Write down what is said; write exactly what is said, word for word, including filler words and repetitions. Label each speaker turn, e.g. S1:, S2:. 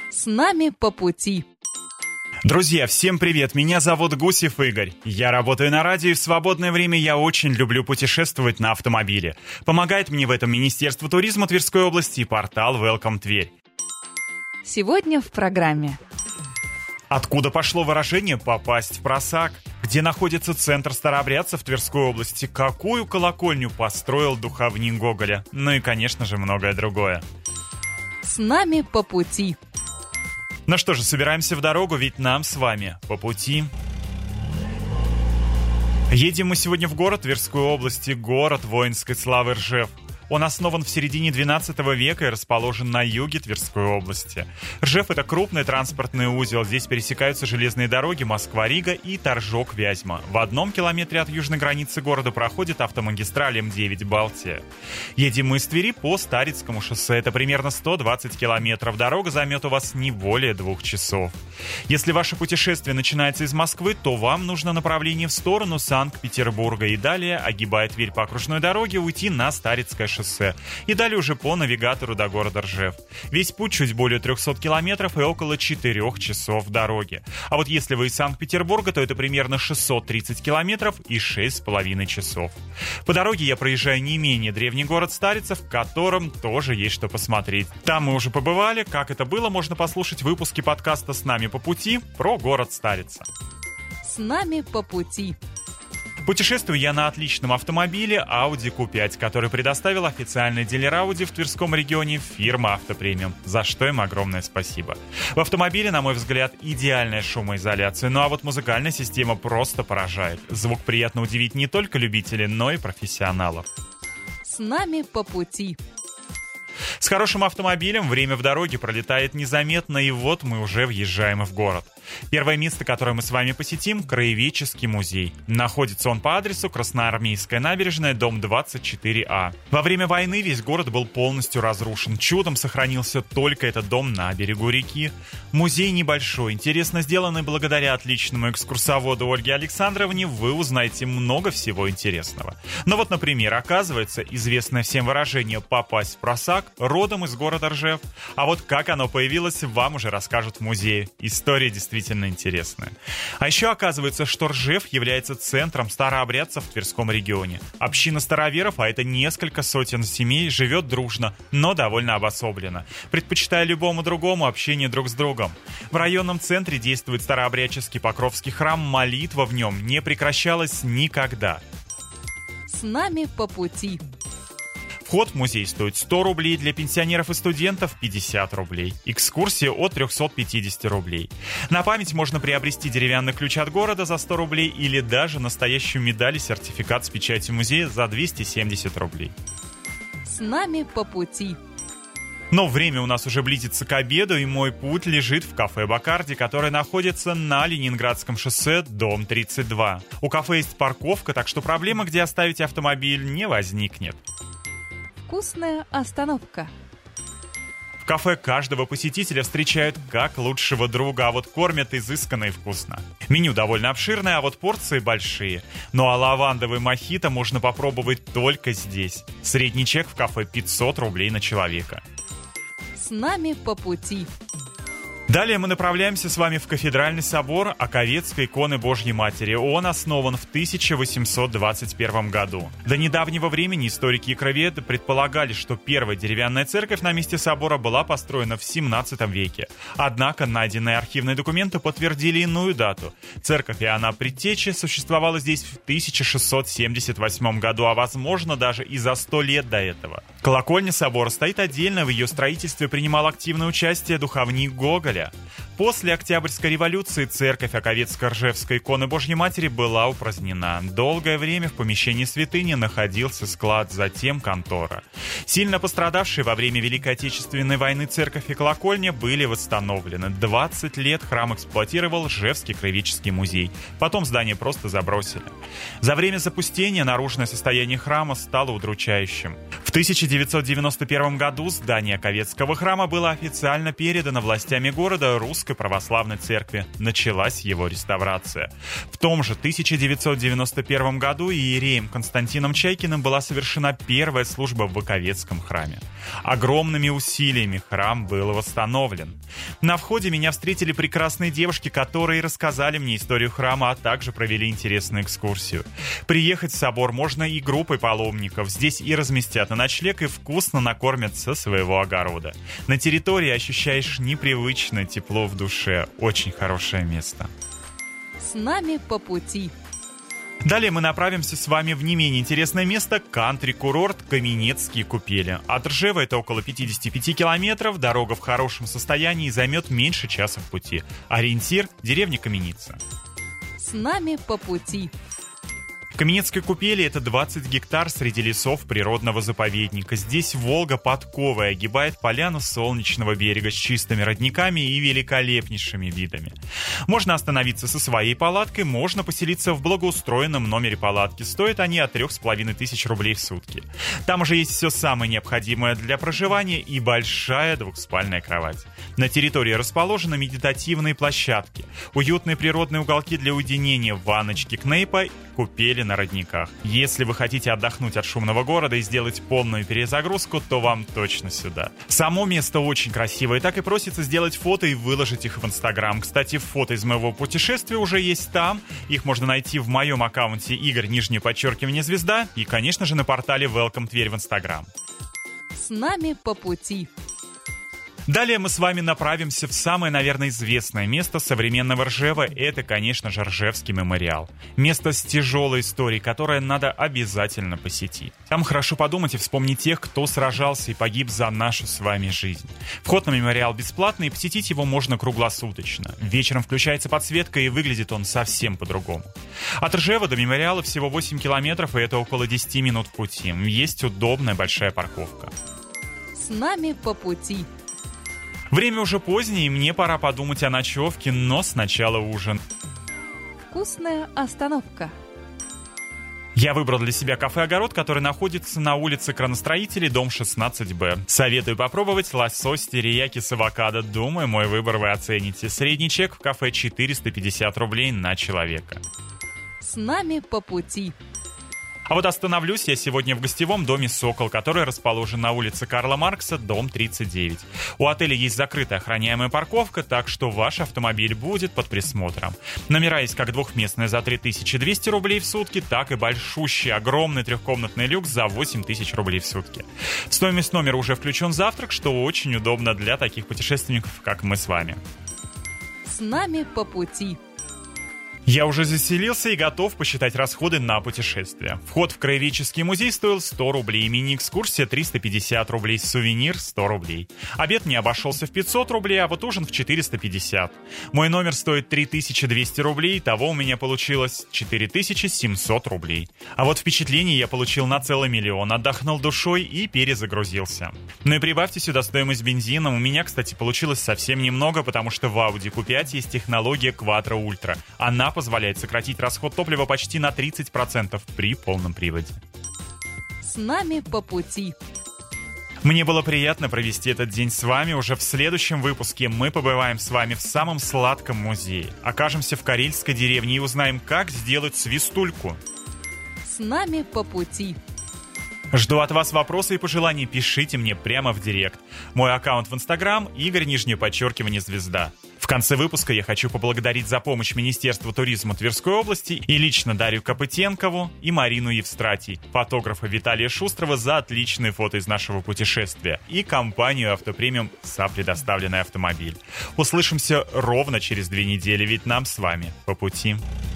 S1: С нами по пути.
S2: Друзья, всем привет, меня зовут Гусев Игорь. Я работаю на радио, и в свободное время я очень люблю путешествовать на автомобиле. Помогает мне в этом Министерство туризма Тверской области и портал Welcome Тверь.
S1: Сегодня в программе.
S2: Откуда пошло выражение «попасть в просак»? Где находится центр старообрядцев Тверской области? Какую колокольню построил духовник Гоголя? Ну и, конечно же, многое другое.
S1: С нами по пути.
S2: Ну что же, собираемся в дорогу, ведь нам с вами по пути. Едем мы сегодня в город Тверской области, город воинской славы Ржев. Он основан в середине двенадцатого века и расположен на юге Тверской области. Ржев — это крупный транспортный узел. Здесь пересекаются железные дороги Москва-Рига и Торжок-Вязьма. В одном километре от южной границы города проходит автомагистраль эм девять «Балтия». Едем мы из Твери по Старицкому шоссе. Это примерно сто двадцать километров. Дорога займет у вас не более двух часов. Если ваше путешествие начинается из Москвы, то вам нужно направление в сторону Санкт-Петербурга и далее, огибая Тверь по окружной дороге, уйти на Старицкое шоссе. шоссе. И далее уже по навигатору до города Ржев. Весь путь чуть более триста километров и около четырех часов дороги. А вот если вы из Санкт-Петербурга, то это примерно шестьсот тридцать километров и шесть с половиной часов. По дороге я проезжаю не менее древний город Старица, в котором тоже есть что посмотреть. Там мы уже побывали. Как это было, можно послушать в выпуске подкаста «С нами по пути» про город Старица.
S1: С нами по пути.
S2: Путешествую я на отличном автомобиле Audi кью пять, который предоставил официальный дилер Audi в Тверском регионе фирма «Автопремиум», за что им огромное спасибо. В автомобиле, на мой взгляд, идеальная шумоизоляция, ну а вот музыкальная система просто поражает. Звук приятно удивить не только любителей, но и профессионалов.
S1: С нами по пути.
S2: С хорошим автомобилем время в дороге пролетает незаметно, и вот мы уже въезжаем в город. Первое место, которое мы с вами посетим — Краеведческий музей. Находится он по адресу Красноармейская набережная, дом двадцать четыре А. Во время войны весь город был полностью разрушен. Чудом сохранился только этот дом на берегу реки. Музей небольшой, интересно сделанный благодаря отличному экскурсоводу Ольге Александровне. Вы узнаете много всего интересного. Но вот, например, оказывается, известное всем выражение «попасть в просак» родом из города Ржев. А вот как оно появилось, вам уже расскажут в музее. История действительно интересная. А еще оказывается, что Ржев является центром старообрядцев в Тверском регионе. Община староверов, а это несколько сотен семей, живет дружно, но довольно обособленно, предпочитая любому другому общение друг с другом. В районном центре действует старообрядческий Покровский храм, молитва в нем не прекращалась никогда.
S1: С нами по пути.
S2: Вход в музей стоит сто рублей, для пенсионеров и студентов пятьдесят рублей. Экскурсия от триста пятьдесят рублей. На память можно приобрести деревянный ключ от города за сто рублей или даже настоящую медаль и сертификат с печатью музея за двести семьдесят рублей.
S1: С нами по пути.
S2: Но время у нас уже близится к обеду, и мой путь лежит в кафе «Бакарди», которое находится на Ленинградском шоссе, дом тридцать два. У кафе есть парковка, так что проблема, где оставить автомобиль, не возникнет.
S1: Вкусная остановка.
S2: В кафе каждого посетителя встречают как лучшего друга, а вот кормят изысканно и вкусно. Меню довольно обширное, а вот порции большие. Ну а лавандовый мохито можно попробовать только здесь. Средний чек в кафе пятьсот рублей на человека.
S1: С нами по пути.
S2: Далее мы направляемся с вами в кафедральный собор Оковецкой иконы Божьей Матери. Он основан в тысяча восемьсот двадцать первом году. До недавнего времени историки и краеведы предполагали, что первая деревянная церковь на месте собора была построена в семнадцатом веке. Однако найденные архивные документы подтвердили иную дату. Церковь Иоанна Предтечи существовала здесь в тысяча шестьсот семьдесят восьмом году, а возможно даже и за сто лет до этого. Колокольня собора стоит отдельно, в ее строительстве принимал активное участие духовник Гоголя. После Октябрьской революции церковь Оковецко-Ржевской иконы Божьей Матери была упразднена. Долгое время в помещении святыни находился склад, затем контора. Сильно пострадавшие во время Великой Отечественной войны церковь и колокольня были восстановлены. двадцать лет храм эксплуатировал Ржевский краеведческий музей. Потом здание просто забросили. За время запустения наружное состояние храма стало удручающим. В тысяча девятьсот девяносто первом году здание Оковецкого храма было официально передано властями города Русской Православной Церкви. Началась его реставрация. В том же тысяча девятьсот девяносто первом году иереем Константином Чайкиным была совершена первая служба в Оковецком храме. Огромными усилиями храм был восстановлен. На входе меня встретили прекрасные девушки, которые рассказали мне историю храма, а также провели интересную экскурсию. Приехать в собор можно и группой паломников. Здесь и разместят на ночлег, и вкусно накормят со своего огорода. На территории ощущаешь непривычное тепло в душе. Очень хорошее место.
S1: С нами по пути.
S2: Далее мы направимся с вами в не менее интересное место — кантри-курорт Каменецкие купели. От Ржева это около пятьдесят пять километров, дорога в хорошем состоянии и займет меньше часа в пути. Ориентир — деревня Каменица.
S1: С нами по пути.
S2: Каменецкие купели — это двадцать гектар среди лесов природного заповедника. Здесь Волга подковой огибает поляну солнечного берега с чистыми родниками и великолепнейшими видами. Можно остановиться со своей палаткой, можно поселиться в благоустроенном номере палатки. Стоят они от трех с половиной тысяч рублей в сутки. Там уже есть все самое необходимое для проживания и большая двухспальная кровать. На территории расположены медитативные площадки, уютные природные уголки для уединения, ванночки Кнейпа, купели на родниках. Если вы хотите отдохнуть от шумного города и сделать полную перезагрузку, то вам точно сюда. Само место очень красивое, так и просится сделать фото и выложить их в Инстаграм. Кстати, фото из моего путешествия уже есть там. Их можно найти в моем аккаунте Игорь, нижнее подчеркивание, звезда, и, конечно же, на портале Welcome Тверь в Инстаграм.
S1: С нами по пути.
S2: Далее мы с вами направимся в самое, наверное, известное место современного Ржева. Это, конечно же, Ржевский мемориал. Место с тяжелой историей, которое надо обязательно посетить. Там хорошо подумать и вспомнить тех, кто сражался и погиб за нашу с вами жизнь. Вход на мемориал бесплатный, и посетить его можно круглосуточно. Вечером включается подсветка, и выглядит он совсем по-другому. От Ржева до мемориала всего восемь километров, и это около десять минут пути. Есть удобная большая парковка.
S1: С нами по пути.
S2: Время уже позднее, и мне пора подумать о ночевке, но сначала ужин.
S1: Вкусная остановка.
S2: Я выбрал для себя кафе-огород, который находится на улице Краностроителей, дом шестнадцать бэ. Советую попробовать лосось терияки с авокадо. Думаю, мой выбор вы оцените. Средний чек в кафе четыреста пятьдесят рублей на человека.
S1: С нами по пути.
S2: А вот остановлюсь я сегодня в гостевом доме «Сокол», который расположен на улице Карла Маркса, дом тридцать девять. У отеля есть закрытая охраняемая парковка, так что ваш автомобиль будет под присмотром. Номера есть как двухместные за три тысячи двести рублей в сутки, так и большущий, огромный трехкомнатный люкс за восемь тысяч рублей в сутки. В стоимость номера уже включен завтрак, что очень удобно для таких путешественников, как мы с вами.
S1: С нами по пути.
S2: Я уже заселился и готов посчитать расходы на путешествие. Вход в краеведческий музей стоил сто рублей, мини-экскурсия триста пятьдесят рублей, сувенир сто рублей. Обед мне обошелся в пятьсот рублей, а вот ужин в четыреста пятьдесят. Мой номер стоит три тысячи двести рублей, того у меня получилось четыре тысячи семьсот рублей. А вот впечатлений я получил на целый миллион, отдохнул душой и перезагрузился. Ну и прибавьте сюда стоимость бензина. У меня, кстати, получилось совсем немного, потому что в Audi кью пять есть технология Quattro Ultra. Она позволяет сократить расход топлива почти на тридцать процентов при полном приводе.
S1: С нами по пути.
S2: Мне было приятно провести этот день с вами. Уже в следующем выпуске мы побываем с вами в самом сладком музее. Окажемся в карельской деревне и узнаем, как сделать свистульку.
S1: С нами по пути.
S2: Жду от вас вопросы и пожеланий. Пишите мне прямо в директ. Мой аккаунт в Инстаграм — Игорь, нижнее подчеркивание, звезда. В конце выпуска я хочу поблагодарить за помощь Министерству туризма Тверской области и лично Дарью Копытенкову и Марину Евстратий, фотографа Виталия Шустрова, за отличные фото из нашего путешествия, и компанию «Автопремиум» за предоставленный автомобиль. Услышимся ровно через две недели, ведь нам с вами по пути.